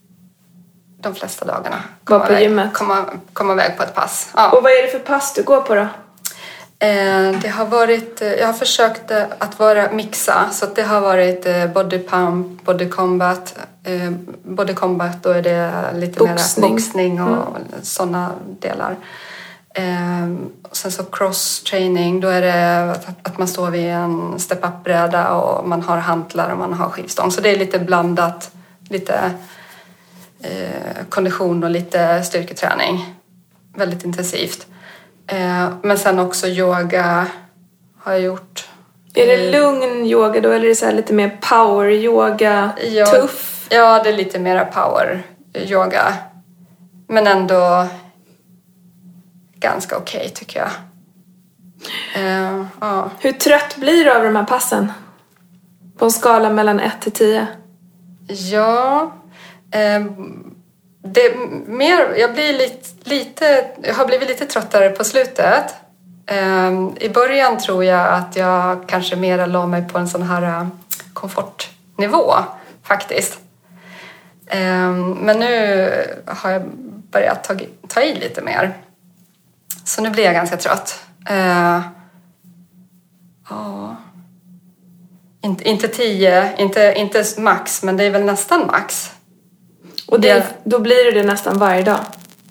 de flesta dagarna, komma, på iväg, gymmet. komma, komma iväg på ett pass. Ja. Och vad är det för pass du går på då? Eh, det har varit, jag har försökt att vara mixa, så att det har varit body pump, body combat. Eh, body combat, då är det lite boxning. mer boxning och mm. sådana delar. Eh, och sen så cross training, då är det att man står vid en step-up-bräda och man har hantlar och man har skivstång. Så det är lite blandat, lite eh, kondition och lite styrketräning. Väldigt intensivt. Men sen också yoga har jag gjort. Är det lugn yoga då, eller är det så här lite mer power yoga, ja, tuff? Ja, det är lite mer power yoga. Men ändå ganska okej, okay, tycker jag. Uh, ja. Hur trött blir du av de här passen? På en skala mellan ett till tio? Ja... Um, Det mer, jag, blir lite, lite, jag har blivit lite tröttare på slutet. Um, I början tror jag att jag kanske mer la mig på en sån här komfortnivå faktiskt. Um, men nu har jag börjat ta, ta i lite mer. Så nu blir jag ganska trött. Uh, ja. Inte, inte tio, inte, inte max, men det är väl nästan max. Och det, då blir det det nästan varje dag?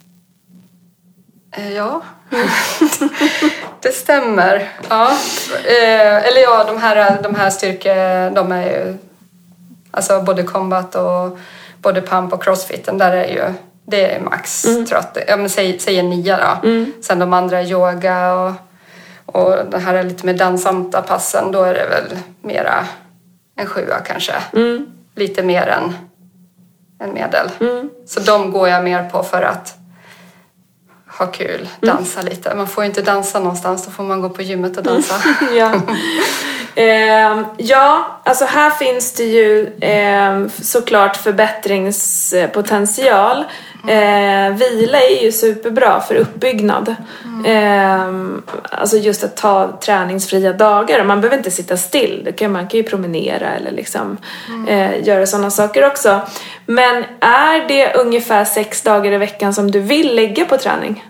Ja, det stämmer. Ja. Eller ja, de här, de här styrke, de är ju, alltså body combat och body pump och crossfiten, där är ju, det är max mm. trött. Ja, men säg, säg en nia då. Mm. Sen de andra yoga och, och det här är lite mer dansanta passen, då är det väl mera en sjua kanske. Mm. Lite mer än en medel. Mm. Så de går jag mer på för att ha kul, dansa mm. lite. Man får ju inte dansa någonstans, då får man gå på gymmet och dansa. Mm. ja. eh, ja, alltså här finns det ju eh, såklart förbättringspotential. Eh, vila är ju superbra för uppbyggnad. Mm. Eh, alltså just att ta träningsfria dagar. Man behöver inte sitta still. Det kan, man kan ju promenera eller liksom mm. eh, göra sådana saker också. Men är det ungefär sex dagar i veckan som du vill lägga på träning?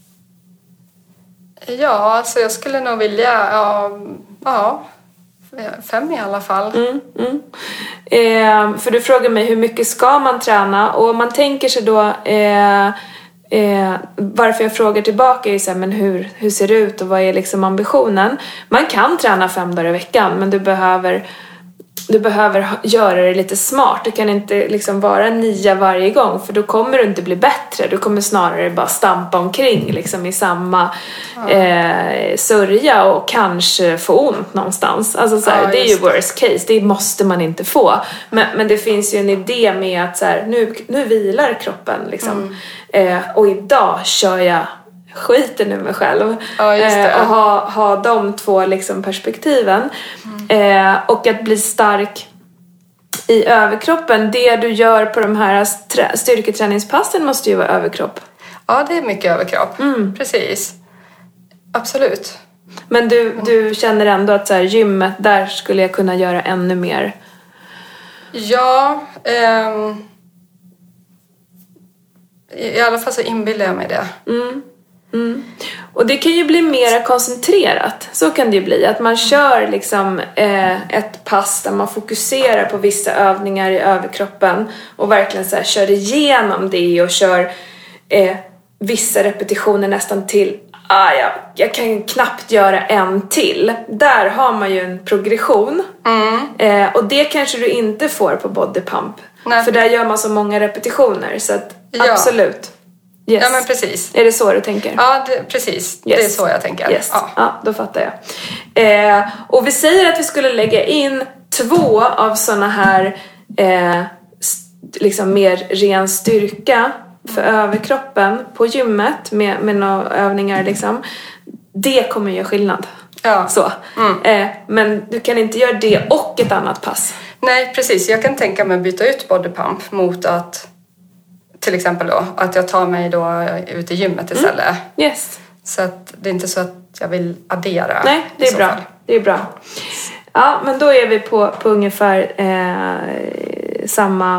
Ja, alltså jag skulle nog vilja ja, ja fem i alla fall. Mm, mm. Eh, för du frågar mig hur mycket ska man träna, och man tänker sig då eh, eh, varför jag frågar tillbaka är så här, men hur, hur ser det ut och vad är liksom ambitionen? Man kan träna fem dagar i veckan, men du behöver Du behöver göra det lite smart. Du kan inte liksom vara nia varje gång, för då kommer du inte bli bättre. Du kommer snarare bara stampa omkring liksom i samma ja. eh, sörja och kanske få ont någonstans. Alltså så här, ja, det är ju worst case. Det måste man inte få. Men, men det finns ju en idé med att så här, nu, nu vilar kroppen liksom. Mm. Eh, och idag kör jag skiten ur mig själv. Ja, just det. Eh, och ha, ha de två liksom perspektiven. Mm. Eh, och att bli stark i överkroppen. Det du gör på de här styrketräningspassen måste ju vara överkropp. Ja, det är mycket överkropp. Mm. Precis. Absolut. Men du, du känner ändå att så här, gymmet, där skulle jag kunna göra ännu mer? Ja. Ehm, I alla fall så inbillar jag mig det. Mm. Mm. Och det kan ju bli mer koncentrerat. Så kan det ju bli. Att man kör liksom eh, ett pass där man fokuserar på vissa övningar i överkroppen och verkligen så här, kör igenom det och kör eh, vissa repetitioner nästan till ah, ja, jag kan knappt göra en till. Där har man ju en progression. Mm. eh, Och det kanske du inte får på body pump. Nej. För där gör man så många repetitioner. Så att ja. absolut. Yes. Ja, men precis. Är det så du tänker? Ja, det, precis. Yes. Det är så jag tänker. Yes. Ja. Ja, då fattar jag. Eh, och vi säger att vi skulle lägga in två av såna här eh, st- liksom mer ren styrka för överkroppen på gymmet med, med några övningar liksom. Det kommer göra skillnad. Ja. Så. Mm. Eh, men du kan inte göra det och ett annat pass. Nej, precis. Jag kan tänka mig att byta ut body pump mot att till exempel då, att jag tar mig då ut i gymmet istället. Mm. Yes. Så att det är inte så att jag vill addera. Nej, det är bra. Fall. Det är bra. Ja, men då är vi på, på ungefär eh, samma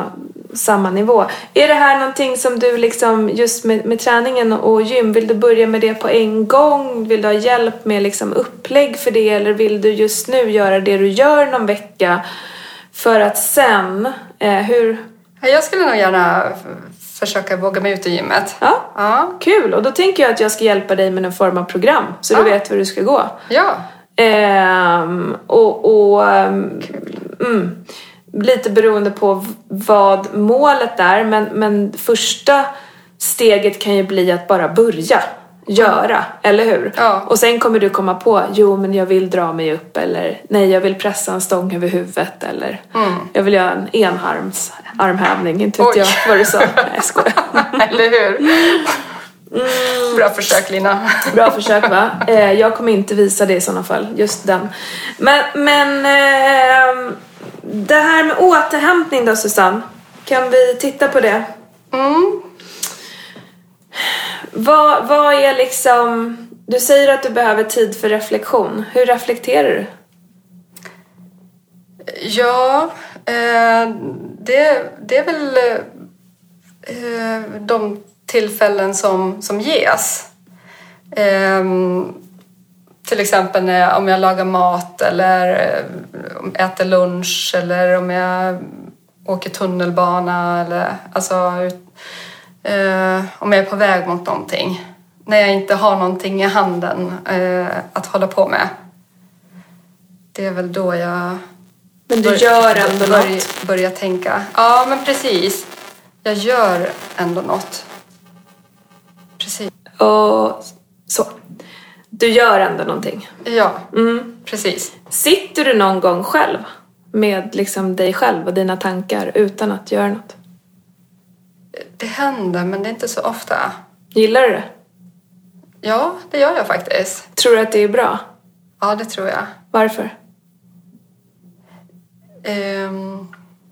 samma nivå. Är det här någonting som du liksom, just med, med träningen och gym, vill du börja med det på en gång? Vill du ha hjälp med liksom upplägg för det? Eller vill du just nu göra det du gör någon vecka för att sen, eh, hur... Jag skulle nog gärna försöka våga mig ut i gymmet. Ja, ja. Kul. Och då tänker jag att jag ska hjälpa dig med någon form av program. Så ja. Du vet var du ska gå. Ja. Ehm, och... och mm, lite beroende på vad målet är. Men, men första steget kan ju bli att bara börja göra, mm. eller hur? Ja. Och sen kommer du komma på, jo men jag vill dra mig upp, eller nej jag vill pressa en stång över huvudet, eller mm. jag vill göra en enarms armhävning, inte vet jag vad du sa. Nej, skojar. Eller hur? Mm. Bra försök, Lina. Bra försök, va? Eh, jag kommer inte visa det i sådana fall, just den. Men, men eh, det här med återhämtning då, Susanne, kan vi titta på det? Mm. Vad, vad är liksom... Du säger att du behöver tid för reflektion. Hur reflekterar du? Ja, eh, det, det är väl eh, de tillfällen som, som ges. Eh, till exempel när jag, om jag lagar mat eller eh, äter lunch eller om jag åker tunnelbana eller alltså ut, Uh, om jag är på väg mot någonting. När jag inte har någonting i handen uh, att hålla på med. Det är väl då jag... Men du bör, gör ändå bör, något. Börjar tänka. Ja, men precis. Jag gör ändå något. Precis. Och så. Du gör ändå någonting. Ja, mm. precis. Sitter du någon gång själv med liksom dig själv och dina tankar utan att göra något? Det händer, men det är inte så ofta. Gillar du det? Ja, det gör jag faktiskt. Tror du att det är bra? Ja, det tror jag. Varför? Um,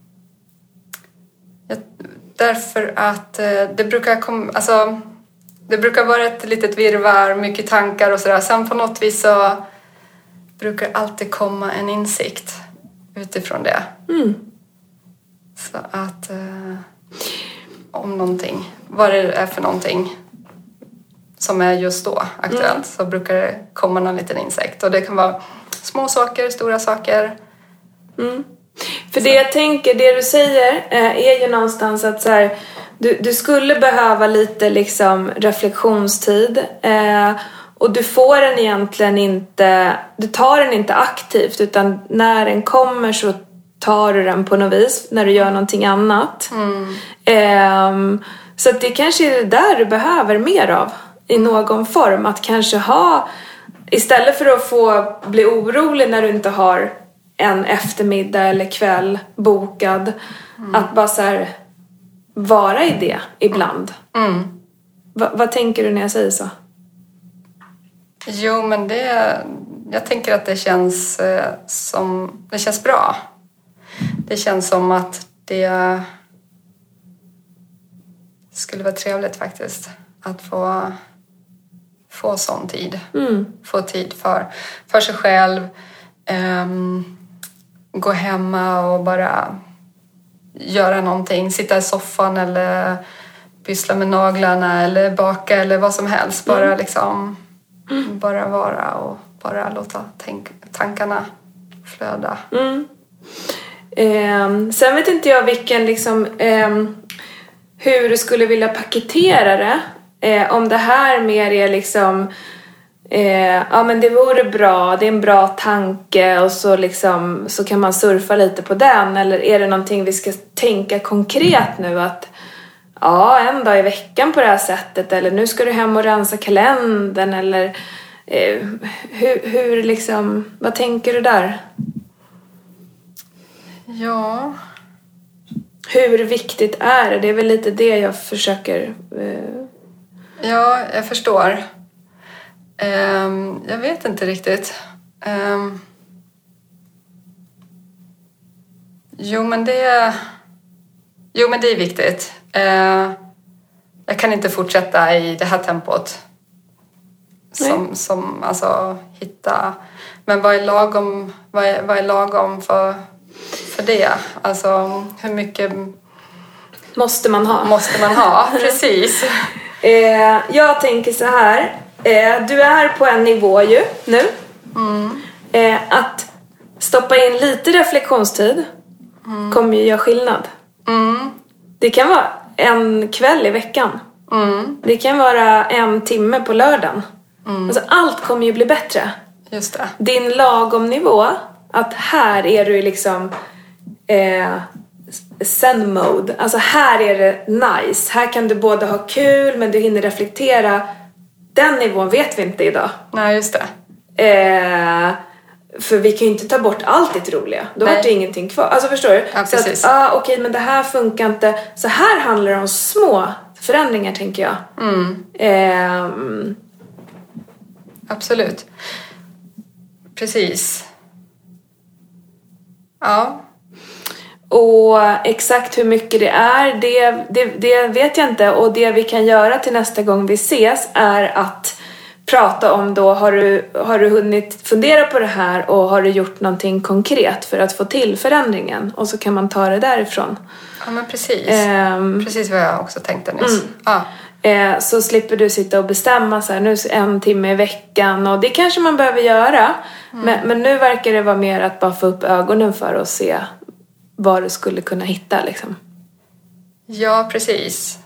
ja, därför att uh, det brukar komma... Alltså, det brukar vara ett litet virrvarr, mycket tankar och sådär. Sen på något vis så brukar alltid komma en insikt utifrån det. Mm. Så att... Uh, om någonting, vad det är för någonting som är just då aktuellt, mm. så brukar det komma någon liten insikt. Och det kan vara små saker, stora saker. Mm. För så. Det jag tänker, det du säger är ju någonstans att så här, du, du skulle behöva lite liksom reflektionstid eh, och du får den egentligen inte, du tar den inte aktivt, utan när den kommer så tar du den på något vis när du gör någonting annat. Mm. Um, så att det kanske är det där du behöver mer av i någon form. Att kanske ha, istället för att få bli orolig när du inte har en eftermiddag eller kväll bokad, mm. att bara så här, vara i det ibland. Mm. Va, vad tänker du när jag säger så? Jo, men det, jag tänker att det känns eh, som, det känns bra. Det känns som att det skulle vara trevligt faktiskt att få, få sån tid. Mm. Få tid för, för sig själv. Um, gå hemma och bara göra någonting. Sitta i soffan eller pyssla med naglarna eller baka eller vad som helst. Bara mm. liksom mm. bara vara och bara låta tänk, tankarna flöda. Mm. Eh, sen vet inte jag vilken liksom, eh, hur du skulle vilja paketera det. Eh, om det här mer är liksom eh, ja men det vore bra, det är en bra tanke och så liksom så kan man surfa lite på den, eller är det någonting vi ska tänka konkret nu att ja, en dag i veckan på det här sättet, eller nu ska du hem och rensa kalendern, eller eh, hur, hur liksom, vad tänker du där? Ja. Hur viktigt är det? Det är väl lite det jag försöker... Eh... Ja, jag förstår. Um, jag vet inte riktigt. Um... Jo, men det... Jo, men det är viktigt. Uh... Jag kan inte fortsätta i det här tempot. Som, som alltså, hitta... Men vad är lagom, vad är, vad är lagom för... För det, alltså hur mycket Måste man ha. Måste man ha, precis. eh, jag tänker så här. Eh, du är på en nivå ju nu. Mm. Eh, att stoppa in lite reflektionstid mm. kommer ju göra skillnad. Mm. Det kan vara en kväll i veckan. Mm. Det kan vara en timme på lördagen. Mm. Alltså, allt kommer ju bli bättre. Just det. Din lagom nivå, att här är du liksom eh, zen mode. Alltså här är det nice. Här kan du både ha kul men du hinner reflektera. Den nivån vet vi inte idag. Nej, just det. Eh, för vi kan ju inte ta bort allt ditt roliga. Då har det ingenting kvar. Alltså förstår du? Ja, så precis. att, ah, okej, okay, men det här funkar inte. Så här handlar det om små förändringar, tänker jag. Mm. Eh, Absolut. Precis. Ja. Och exakt hur mycket det är, det, det, det vet jag inte. Och det vi kan göra till nästa gång vi ses är att prata om då, har du, har du hunnit fundera på det här och har du gjort någonting konkret för att få till förändringen? Och så kan man ta det därifrån. Ja, men precis. Um, precis vad jag också tänkte nyss. Mm. Ja. Eh, så slipper du sitta och bestämma så här, nu en timme i veckan. Och det kanske man behöver göra. Mm. Men, men nu verkar det vara mer att bara få upp ögonen för att se vad du skulle kunna hitta liksom. Ja, precis.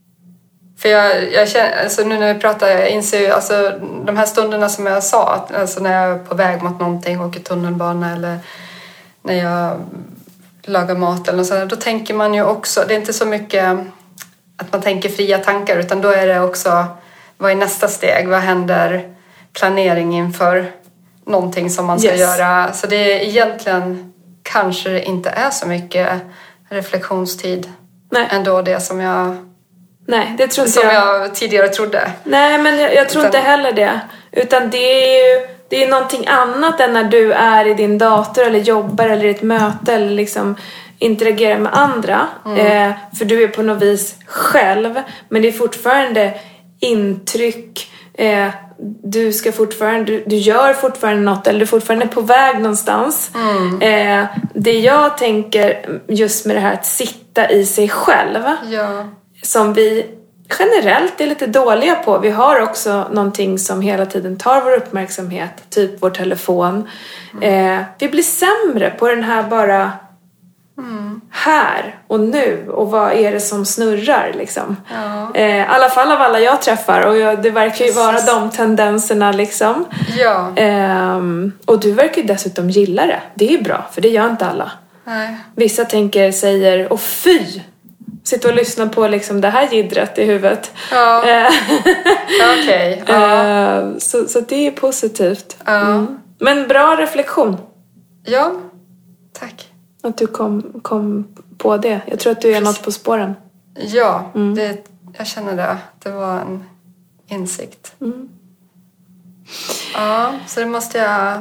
För jag, jag känner, alltså nu när vi pratar, jag inser ju, alltså de här stunderna som jag sa, alltså när jag är på väg mot någonting, åker tunnelbana eller när jag lagar mat eller något sådär, då tänker man ju också, det är inte så mycket att man tänker fria tankar, utan då är det också, vad är nästa steg? Vad händer? Planering inför någonting som man ska yes. göra. Så det är egentligen kanske det inte är så mycket reflektionstid. Nej. Ändå det som jag, Nej, det tror inte som jag. jag tidigare trodde. Nej, men jag, jag tror Utan... inte heller det. Utan det är ju det är någonting annat än när du är i din dator eller jobbar eller i ett möte eller liksom interagerar med andra. Mm. Eh, för du är på något vis själv. Men det är fortfarande intryck. Eh, du ska fortfarande, du, du gör fortfarande något eller du är fortfarande på väg någonstans. Mm. Eh, det jag tänker just med det här att sitta i sig själv. Ja. Som vi generellt är lite dåliga på. Vi har också någonting som hela tiden tar vår uppmärksamhet. Typ vår telefon. Mm. Eh, vi blir sämre på den här bara... Mm. Här och nu. Och vad är det som snurrar liksom. Ja. Eh, I alla fall av alla jag träffar. Och jag, det verkar ju vara de tendenserna liksom. Ja. Eh, och du verkar ju dessutom gilla det. Det är bra, för det gör inte alla. Nej. Vissa tänker, säger, och fy! Sitta och lyssna på liksom det här jiddret i huvudet. Ja. Okej. Okay. Ja. Så, så det är positivt. Ja. Mm. Men bra reflektion. Ja, tack. Att du kom, kom på det. Jag tror att du är något på spåren. Ja, mm. det, jag känner det. Det var en insikt. Mm. Ja, så det måste jag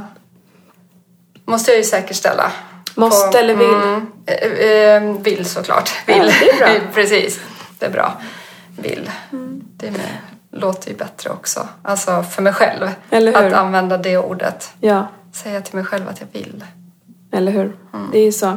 måste jag ju säkerställa. Måste på, eller vill? Mm, äh, vill såklart. Vill. Ja, det är bra. Precis, det är bra. Vill. Mm. Det med, låter ju bättre också. Alltså för mig själv. Eller hur? Att använda det ordet. Ja. Säga till mig själv att jag vill. Eller hur? Mm. Det är ju så.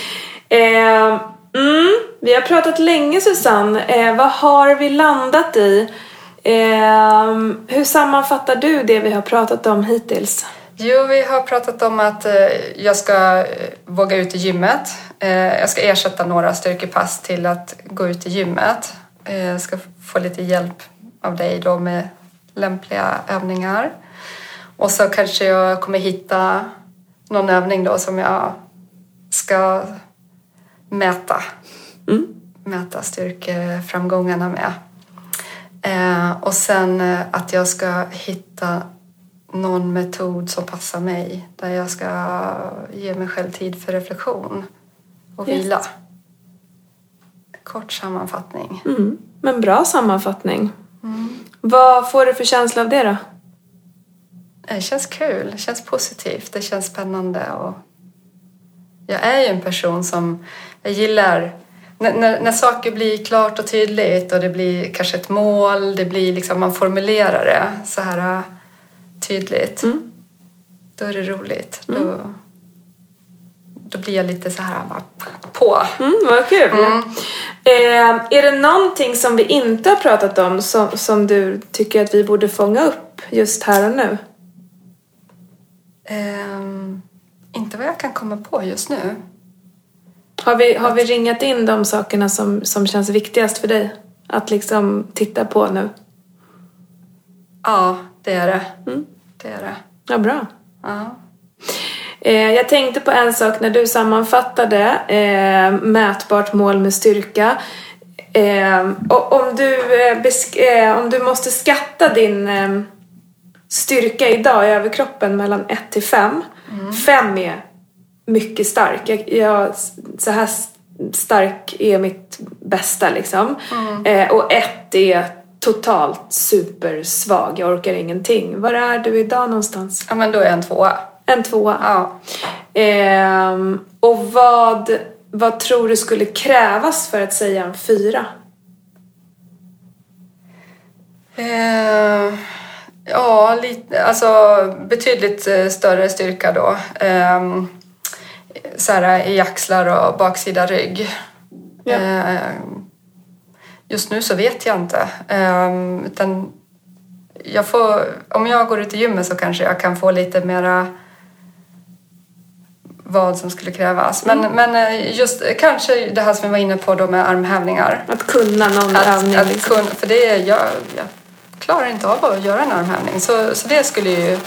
Eh, mm, vi har pratat länge, Susanne. Eh, vad har vi landat i? Eh, hur sammanfattar du det vi har pratat om hittills? Jo, vi har pratat om att eh, jag ska eh, våga ut i gymmet. Eh, jag ska ersätta några styrkepass till att gå ut i gymmet. Eh, jag ska få lite hjälp av dig då med lämpliga övningar. Och så kanske jag kommer hitta någon övning då som jag ska mäta. Mm. Mäta styrkeframgångarna med. Eh, och sen eh, att jag ska hitta någon metod som passar mig. Där jag ska ge mig själv tid för reflektion. Och Just. vila. Kort sammanfattning. Mm. Men bra sammanfattning. Mm. Vad får du för känsla av det då? Det känns kul. Det känns positivt. Det känns spännande. Och jag är ju en person som jag gillar... När, när, när saker blir klart och tydligt. Och det blir kanske ett mål. Det blir liksom, man formulerar det så här tydligt. Mm. Då är det roligt. Mm. Då, då blir jag lite så här bara på. Mm, vad kul. Mm. Eh, är det någonting som vi inte har pratat om som, som du tycker att vi borde fånga upp just här och nu? Um, inte vad jag kan komma på just nu. Har vi, har vi ringat in de sakerna som, som känns viktigast för dig att liksom titta på nu? Ja, det är det. Mm. Det är det. Ja, bra. Ja. Eh, jag tänkte på en sak när du sammanfattade eh, mätbart mål med styrka. Eh, och om, du, eh, besk- eh, om du måste skatta din eh, styrka idag i överkroppen mellan ett till fem. Mm. Fem är mycket stark. Jag, jag, så här stark är mitt bästa liksom. Mm. Eh, och ett är totalt supersvag. Jag orkar ingenting. Var är du idag någonstans? Ja, men då är jag en tvåa. En tvåa. Ja. Eh, och vad, vad tror du skulle krävas för att säga en fyra? Eh, ja, lite, alltså betydligt större styrka då. Eh, så här i axlar och baksida rygg. Ja. Eh, just nu så vet jag inte. Eh, utan jag får, om jag går ut i gymmet så kanske jag kan få lite mera vad som skulle krävas. Men, mm. men just kanske det här som vi var inne på då med armhävningar. Att kunna någon att, övning. Att liksom. kunna, för det är, jag, jag klarar inte av att göra en armhävning. Så, så det skulle ju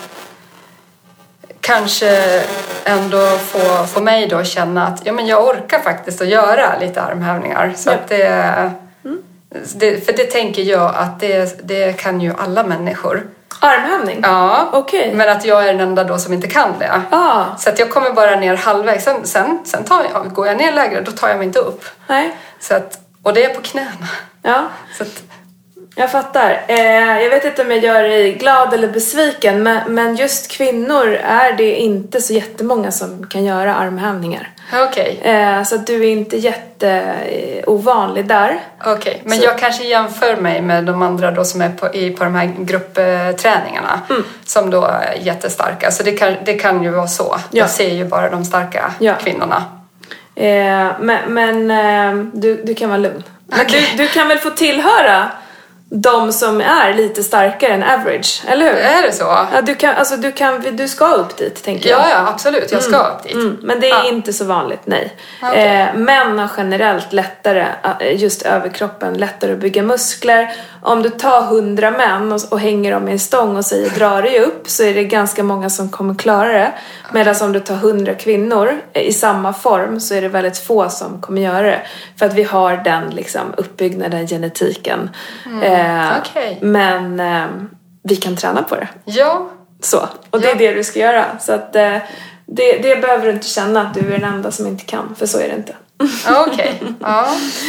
kanske ändå få, få mig då känna att ja, men jag orkar faktiskt att göra lite armhävningar. Så ja. att det, mm. det... För det tänker jag att det, det kan ju alla människor. Armhävning? Ja, okay. Men att jag är den enda då som inte kan det. Ah. Så att jag kommer bara ner halvvägs. Sen, sen, sen tar jag, går jag ner lägre, då tar jag mig inte upp. Nej. Så att, och det är på knäna. Ja. Så att, jag fattar. Eh, jag vet inte om jag gör dig glad eller besviken. Men, men just kvinnor är det inte så jättemånga som kan göra armhävningar. Okej. Okay. Eh, så att du är inte jätteovanlig där. Okej, okay. Men så. Jag kanske jämför mig med de andra då som är på, i, på de här gruppträningarna. Mm. Som då är jättestarka. Så det kan, det kan ju vara så. Ja. Jag ser ju bara de starka ja. kvinnorna. Eh, men men eh, du, du kan vara lugn. Okay. Du, du kan väl få tillhöra de som är lite starkare än average, eller hur? Är det så? Ja, du, kan, alltså, du, kan, du ska upp dit, tänker jag. Ja, ja, absolut. Jag ska mm. upp dit. Mm. Men det är ja. inte så vanligt, nej. Okay. Eh, män har generellt lättare, just överkroppen, lättare att bygga muskler. Om du tar hundra män och, och hänger dem i en stång och säger dra dig upp, så är det ganska många som kommer klara det. Medan om du tar hundra kvinnor i samma form, så är det väldigt få som kommer göra det. För att vi har den liksom, uppbyggnaden, genetiken. Mm. Eh, okay. Men eh, vi kan träna på det. Ja. Så. Och det ja. är det du ska göra. Så att eh, det, det behöver du inte känna att du är den enda som inte kan. För så är det inte. Okej. Okay. Ja.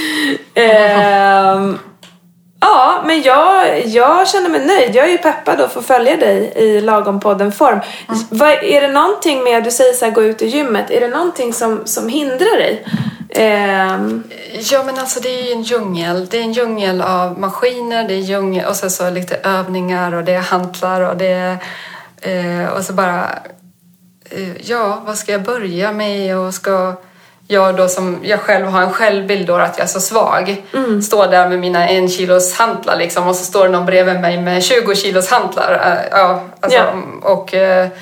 eh, Ja, men jag, jag känner mig nöjd. Jag är ju peppad att få följa dig i Lagom-podden-form. Mm. Vad, är det någonting med, du säger så här, gå ut i gymmet. Är det någonting som, som hindrar dig? Um... Ja, men alltså det är ju en djungel. Det är en djungel av maskiner, det är djungel, och så, så lite övningar, och det är hantlar, och det är, eh, och så bara, eh, ja, vad ska jag börja med, och ska... Jag då som jag själv har en självbild då att jag är så svag. Mm. Står där med mina en kilos hantlar liksom, och så står det någon bredvid mig med tjugo kilos hantlar. Ja, alltså, ja. Och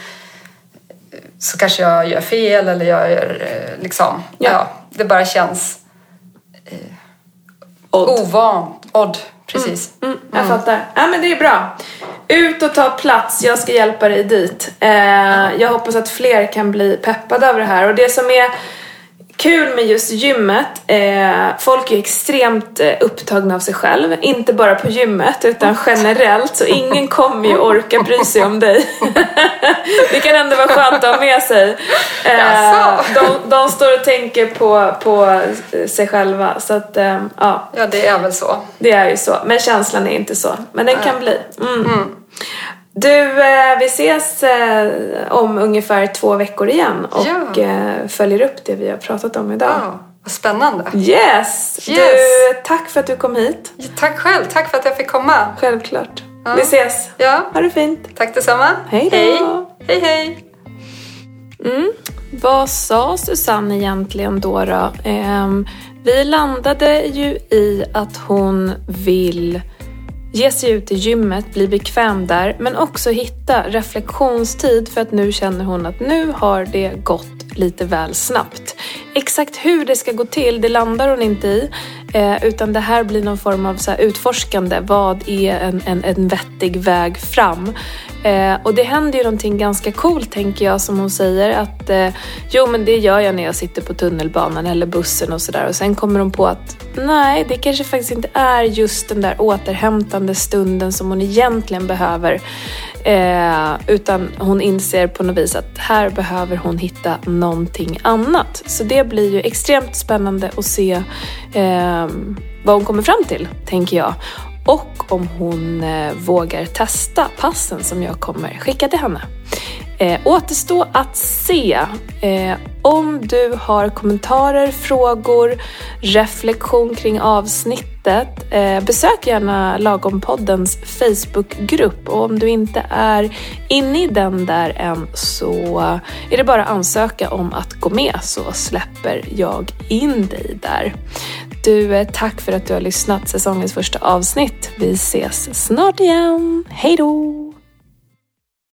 så kanske jag gör fel, eller jag gör liksom, ja, ja det bara känns eh, odd. ovant. Odd, precis. Mm. Mm. Jag mm. fattar. Ja, men det är bra. Ut och ta plats, jag ska hjälpa dig dit. Eh, jag hoppas att fler kan bli peppade av det här. Och det som är kul med just gymmet, eh, folk är extremt eh, upptagna av sig själv. Inte bara på gymmet, utan generellt. Så ingen kommer ju orka bry sig om dig. Det kan ändå vara skönt att ha med sig. Eh, de, de står och tänker på, på sig själva. Så att, eh, ja. Ja, det är väl så. Det är ju så, men känslan är inte så. Men den kan bli. Mm. Mm. Du, eh, vi ses eh, om ungefär två veckor igen och ja. eh, följer upp det vi har pratat om idag. Ja, vad spännande. Yes! yes. Du, tack för att du kom hit. Ja, tack själv, tack för att jag fick komma. Självklart. Ja. Vi ses. Ja. Ha det fint. Tack detsamma. Hej då. Hej, hej. hej. Mm. Vad sa Susanne egentligen då? då? Eh, vi landade ju i att hon vill ge sig ut i gymmet, bli bekväm där, men också hitta reflektionstid för att nu känner hon att nu har det gått lite väl snabbt. Exakt hur det ska gå till, det landar hon inte i, eh, utan det här blir någon form av så här utforskande. Vad är en, en, en vettig väg fram? Eh, och det händer ju någonting ganska coolt, tänker jag, som hon säger att eh, jo men det gör jag när jag sitter på tunnelbanan eller bussen och sådär, och sen kommer hon på att nej, det kanske faktiskt inte är just den där återhämtande stunden som hon egentligen behöver, eh, utan hon inser på något vis att här behöver hon hitta någonting annat. Så det blir ju extremt spännande att se eh, vad hon kommer fram till, tänker jag. Och om hon eh, vågar testa passen som jag kommer skicka till henne. Eh, återstå att se. Eh, om du har kommentarer, frågor, reflektion kring avsnittet, eh, besök gärna Lagompoddens Facebookgrupp. Och om du inte är inne i den där än, så är det bara att ansöka om att gå med, så släpper jag in dig där. Du, tack för att du har lyssnat säsongens första avsnitt. Vi ses snart igen. Hej då!